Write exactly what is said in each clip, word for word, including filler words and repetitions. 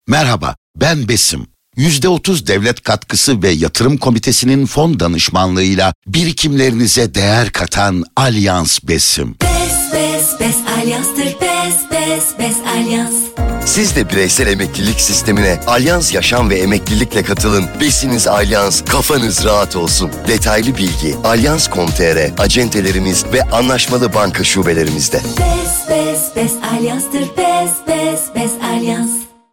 Merhaba, ben Besim. yüzde otuz devlet katkısı ve yatırım komitesinin fon danışmanlığıyla birikimlerinize değer katan Alyans Besim. Bes, bes, bes Alyans'tır. Bes, bes, bes Alyans. Siz de bireysel emeklilik sistemine Alyans Yaşam ve Emeklilikle katılın. Besiniz Alyans, kafanız rahat olsun. Detaylı bilgi alyans nokta com nokta tr, acentelerimiz ve anlaşmalı banka şubelerimizde. Bes, bes, bes Alyans'tır. Bes, bes, bes Alyans.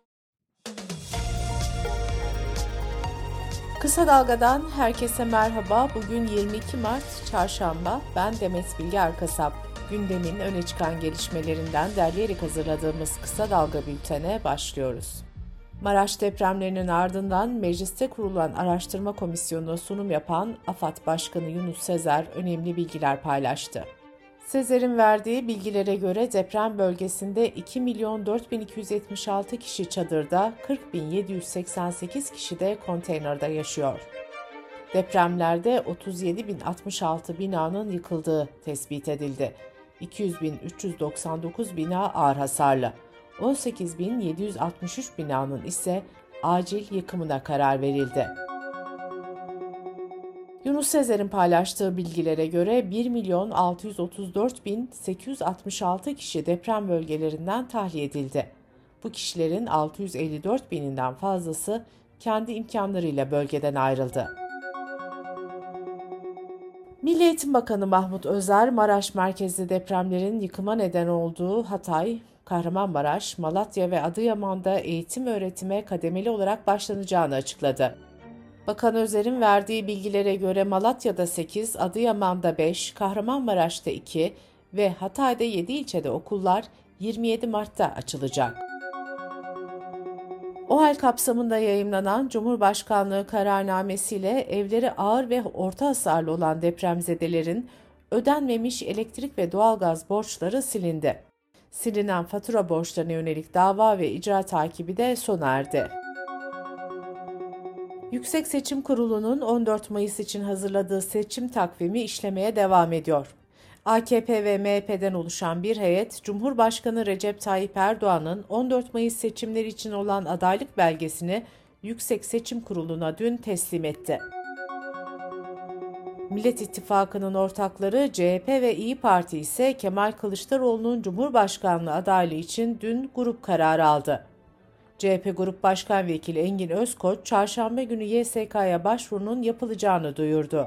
Kısa Dalga'dan herkese merhaba. Bugün yirmi iki Mart Çarşamba. Ben Demet Bilge Erkasap. Gündemin öne çıkan gelişmelerinden derleyerek hazırladığımız Kısa Dalga bültene başlıyoruz. Maraş depremlerinin ardından mecliste kurulan araştırma komisyonuna sunum yapan AFAD Başkanı Yunus Sezer önemli bilgiler paylaştı. Sezer'in verdiği bilgilere göre deprem bölgesinde iki milyon dört bin iki yüz yetmiş altı kişi çadırda, kırk bin yedi yüz seksen sekiz kişi de konteynerde yaşıyor. Depremlerde otuz yedi bin altmış altı binanın yıkıldığı tespit edildi. iki yüz bin üç yüz doksan dokuz bina ağır hasarlı. on sekiz bin yedi yüz altmış üç binanın ise acil yıkımına karar verildi. Yunus Sezer'in paylaştığı bilgilere göre bir milyon altı yüz otuz dört bin sekiz yüz altmış altı kişi deprem bölgelerinden tahliye edildi. Bu kişilerin altı yüz elli dört bininden fazlası kendi imkanlarıyla bölgeden ayrıldı. Milli Eğitim Bakanı Mahmut Özer, Maraş merkezli depremlerin yıkıma neden olduğu Hatay, Kahramanmaraş, Malatya ve Adıyaman'da eğitim öğretime kademeli olarak başlanacağını açıkladı. Bakan Özer'in verdiği bilgilere göre Malatya'da sekiz, Adıyaman'da beş, Kahramanmaraş'ta iki ve Hatay'da yedi ilçede okullar yirmi yedi Mart'ta açılacak. O hal kapsamında yayımlanan Cumhurbaşkanlığı kararnamesiyle evleri ağır ve orta hasarlı olan depremzedelerin ödenmemiş elektrik ve doğalgaz borçları silindi. Silinen fatura borçlarına yönelik dava ve icra takibi de sona erdi. Yüksek Seçim Kurulu'nun on dört Mayıs için hazırladığı seçim takvimi işlemeye devam ediyor. A K P ve M H P'den oluşan bir heyet, Cumhurbaşkanı Recep Tayyip Erdoğan'ın on dört Mayıs seçimleri için olan adaylık belgesini Yüksek Seçim Kurulu'na dün teslim etti. Millet İttifakı'nın ortakları C H P ve İYİ Parti ise Kemal Kılıçdaroğlu'nun Cumhurbaşkanlığı adaylığı için dün grup kararı aldı. C H P Grup Başkan Vekili Engin Özkoç, Çarşamba günü Y S K'ya başvurunun yapılacağını duyurdu.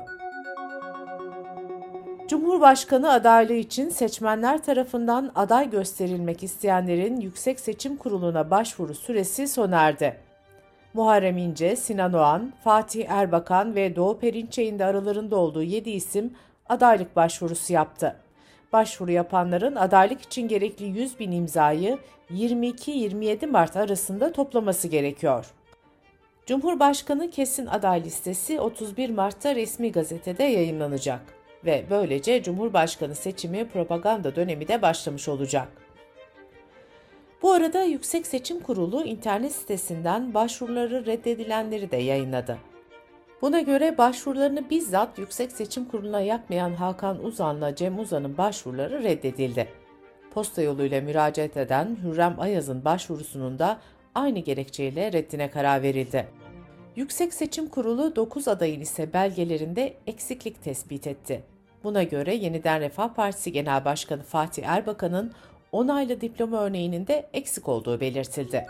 Cumhurbaşkanı adaylığı için seçmenler tarafından aday gösterilmek isteyenlerin Yüksek Seçim Kurulu'na başvuru süresi sona erdi. Muharrem İnce, Sinan Oğan, Fatih Erbakan ve Doğu Perinçek'in de aralarında olduğu yedi isim adaylık başvurusu yaptı. Başvuru yapanların adaylık için gerekli yüz bin imzayı yirmi iki yirmi yedi Mart arasında toplaması gerekiyor. Cumhurbaşkanı kesin aday listesi otuz bir Mart'ta resmi gazetede yayımlanacak ve böylece Cumhurbaşkanı seçimi propaganda dönemi de başlamış olacak. Bu arada Yüksek Seçim Kurulu internet sitesinden başvuruları reddedilenleri de yayınladı. Buna göre başvurularını bizzat Yüksek Seçim Kurulu'na yapmayan Hakan Uzan'la Cem Uzan'ın başvuruları reddedildi. Posta yoluyla müracaat eden Hürrem Ayaz'ın başvurusunun da aynı gerekçeyle reddine karar verildi. Yüksek Seçim Kurulu dokuz adayın ise belgelerinde eksiklik tespit etti. Buna göre Yeniden Refah Partisi Genel Başkanı Fatih Erbakan'ın onaylı diploma örneğinin de eksik olduğu belirtildi.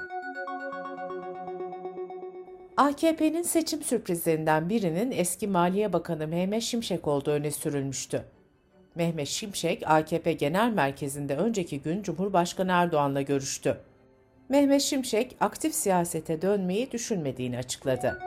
A K P'nin seçim sürprizlerinden birinin eski Maliye Bakanı Mehmet Şimşek olduğu öne sürülmüştü. Mehmet Şimşek, A K P Genel Merkezi'nde önceki gün Cumhurbaşkanı Erdoğan'la görüştü. Mehmet Şimşek, aktif siyasete dönmeyi düşünmediğini açıkladı.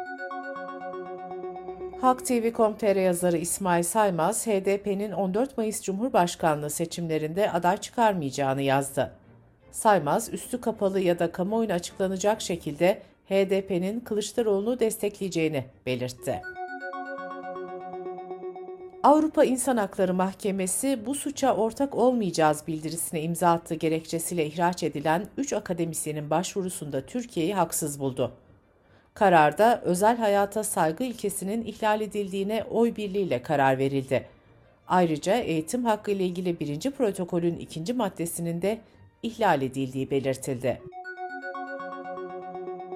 Halk T V nokta com nokta tr yazarı İsmail Saymaz, H D P'nin on dört Mayıs Cumhurbaşkanlığı seçimlerinde aday çıkarmayacağını yazdı. Saymaz, üstü kapalı ya da kamuoyuna açıklanacak şekilde H D P'nin Kılıçdaroğlu'nu destekleyeceğini belirtti. Avrupa İnsan Hakları Mahkemesi bu suça ortak olmayacağız bildirisine imza attığı gerekçesiyle ihraç edilen üç akademisyenin başvurusunda Türkiye'yi haksız buldu. Kararda özel hayata saygı ilkesinin ihlal edildiğine oy birliğiyle karar verildi. Ayrıca eğitim hakkı ile ilgili birinci protokolün ikinci maddesinin de ihlal edildiği belirtildi.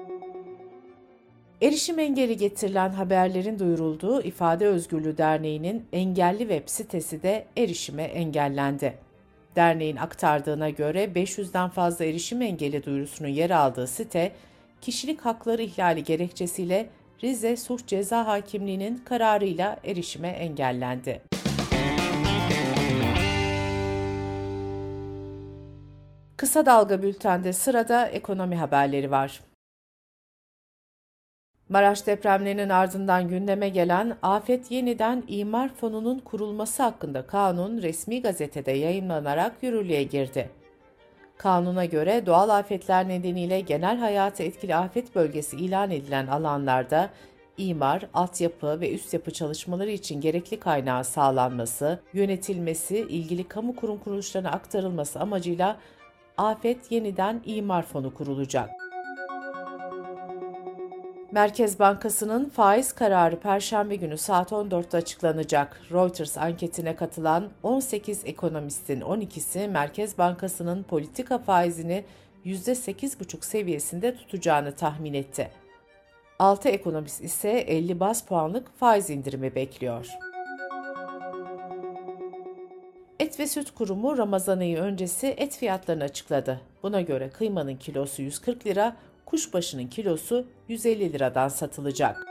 Erişim engeli getirilen haberlerin duyurulduğu İfade Özgürlüğü Derneği'nin engelli web sitesi de erişime engellendi. Derneğin aktardığına göre beş yüzden fazla erişim engeli duyurusunun yer aldığı site, kişilik hakları ihlali gerekçesiyle Rize Suç Ceza Hakimliği'nin kararıyla erişime engellendi. Kısa Dalga Bülten'de sırada ekonomi haberleri var. Maraş depremlerinin ardından gündeme gelen Afet Yeniden İmar Fonu'nun kurulması hakkında kanun resmi gazetede yayımlanarak yürürlüğe girdi. Kanuna göre doğal afetler nedeniyle genel hayatı etkili afet bölgesi ilan edilen alanlarda imar, altyapı ve üst yapı çalışmaları için gerekli kaynağın sağlanması, yönetilmesi, ilgili kamu kurum kuruluşlarına aktarılması amacıyla Afet Yeniden İmar Fonu kurulacak. Merkez Bankası'nın faiz kararı Perşembe günü saat on dörtte açıklanacak. Reuters anketine katılan on sekiz ekonomistin on ikisi Merkez Bankası'nın politika faizini yüzde sekiz virgül beş seviyesinde tutacağını tahmin etti. altı ekonomist ise elli baz puanlık faiz indirimi bekliyor. Et ve Süt Kurumu Ramazan ayı öncesi et fiyatlarını açıkladı. Buna göre kıymanın kilosu yüz kırk lira, kuşbaşının kilosu yüz elli liradan satılacak.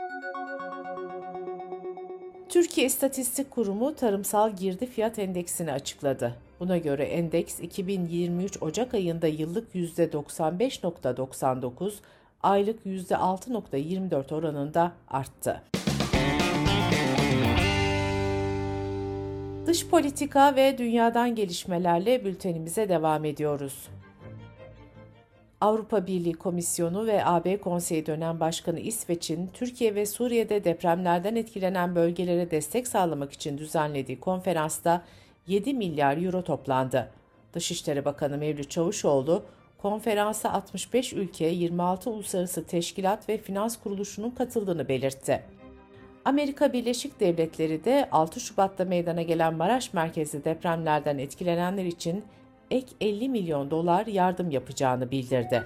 Türkiye İstatistik Kurumu Tarımsal Girdi Fiyat Endeksini açıkladı. Buna göre endeks iki bin yirmi üç Ocak ayında yıllık yüzde doksan beş virgül doksan dokuz, aylık yüzde altı virgül yirmi dört oranında arttı. Dış politika ve dünyadan gelişmelerle bültenimize devam ediyoruz. Avrupa Birliği Komisyonu ve A B Konseyi dönem başkanı İsveç'in Türkiye ve Suriye'de depremlerden etkilenen bölgelere destek sağlamak için düzenlediği konferansta yedi milyar euro toplandı. Dışişleri Bakanı Mevlüt Çavuşoğlu, konferansa altmış beş ülke, yirmi altı uluslararası teşkilat ve finans kuruluşunun katıldığını belirtti. Amerika Birleşik Devletleri de altı Şubat'ta meydana gelen Maraş merkezli depremlerden etkilenenler için ek elli milyon dolar yardım yapacağını bildirdi.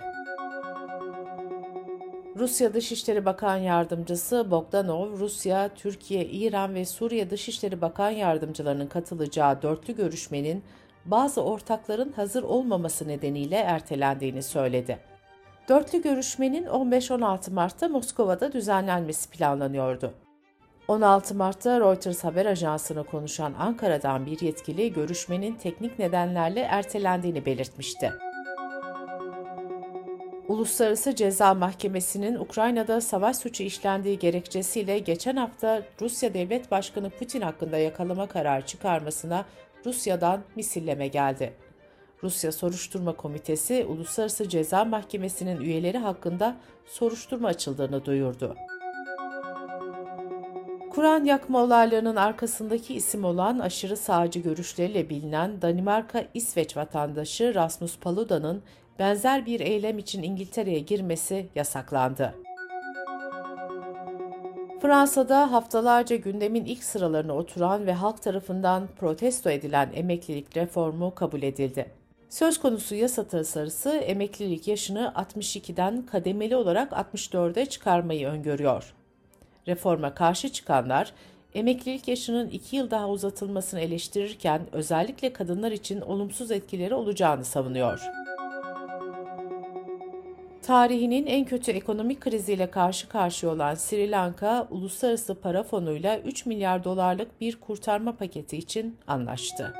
Rusya Dışişleri Bakan Yardımcısı Bogdanov, Rusya, Türkiye, İran ve Suriye Dışişleri Bakan Yardımcılarının katılacağı dörtlü görüşmenin bazı ortakların hazır olmaması nedeniyle ertelendiğini söyledi. Dörtlü görüşmenin on beş on altı Mart'ta Moskova'da düzenlenmesi planlanıyordu. on altı Mart'ta Reuters haber ajansına konuşan Ankara'dan bir yetkili görüşmenin teknik nedenlerle ertelendiğini belirtmişti. Uluslararası Ceza Mahkemesi'nin Ukrayna'da savaş suçu işlendiği gerekçesiyle geçen hafta Rusya Devlet Başkanı Putin hakkında yakalama kararı çıkarmasına Rusya'dan misilleme geldi. Rusya Soruşturma Komitesi, Uluslararası Ceza Mahkemesi'nin üyeleri hakkında soruşturma açıldığını duyurdu. Kur'an yakma olaylarının arkasındaki isim olan aşırı sağcı görüşleriyle bilinen Danimarka-İsveç vatandaşı Rasmus Paluda'nın benzer bir eylem için İngiltere'ye girmesi yasaklandı. Fransa'da haftalarca gündemin ilk sıralarına oturan ve halk tarafından protesto edilen emeklilik reformu kabul edildi. Söz konusu yasa tasarısı emeklilik yaşını altmış ikiden kademeli olarak altmış dörde çıkarmayı öngörüyor. Reforma karşı çıkanlar, emeklilik yaşının iki yıl daha uzatılmasını eleştirirken özellikle kadınlar için olumsuz etkileri olacağını savunuyor. Tarihinin en kötü ekonomik kriziyle karşı karşıya olan Sri Lanka, Uluslararası Para Fonu'yla üç milyar dolarlık bir kurtarma paketi için anlaştı.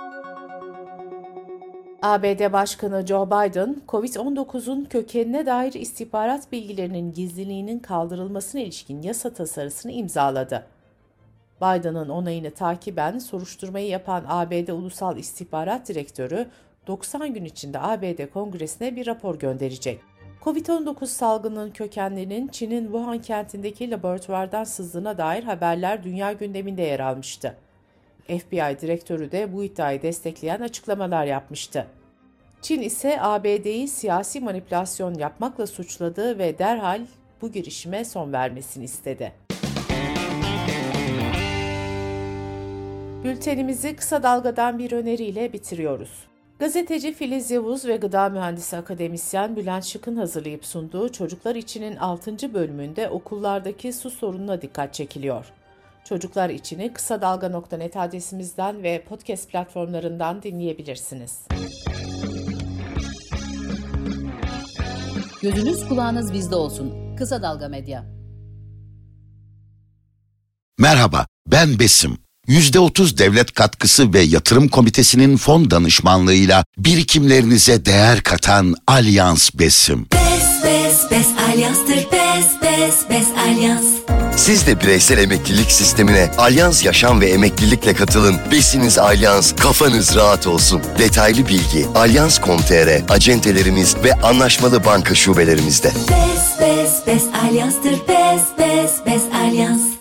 A B D Başkanı Joe Biden, kovid on dokuzun kökenine dair istihbarat bilgilerinin gizliliğinin kaldırılmasına ilişkin yasa tasarısını imzaladı. Biden'ın onayını takiben soruşturmayı yapan A B D Ulusal İstihbarat Direktörü, doksan gün içinde A B D Kongresi'ne bir rapor gönderecek. kovid on dokuz salgının kökenlerinin Çin'in Wuhan kentindeki laboratuvardan sızdığına dair haberler dünya gündeminde yer almıştı. F B I direktörü de bu iddiayı destekleyen açıklamalar yapmıştı. Çin ise A B D'yi siyasi manipülasyon yapmakla suçladı ve derhal bu girişime son vermesini istedi. Bültenimizi kısa dalgadan bir öneriyle bitiriyoruz. Gazeteci Filiz Yavuz ve gıda mühendisi akademisyen Bülent Şık'ın hazırlayıp sunduğu Çocuklar İçin'in altıncı bölümünde okullardaki su sorununa dikkat çekiliyor. Çocuklar İçin'i kısa dalga nokta net adresimizden ve podcast platformlarından dinleyebilirsiniz. Gözünüz kulağınız bizde olsun. Kısa Dalga Medya. Merhaba, ben Besim. yüzde otuz devlet katkısı ve yatırım komitesinin fon danışmanlığıyla birikimlerinize değer katan Alyans Besim. Bes bes bes Alyans'tır bes bes bes Alyans. Siz de bireysel emeklilik sistemine Alyans Yaşam ve Emeklilikle katılın. Besiniz Alyans, kafanız rahat olsun. Detaylı bilgi alyans nokta com nokta tr, acentelerimiz ve anlaşmalı banka şubelerimizde. Bes bes bes Alyans'tır bes bes bes Alyans.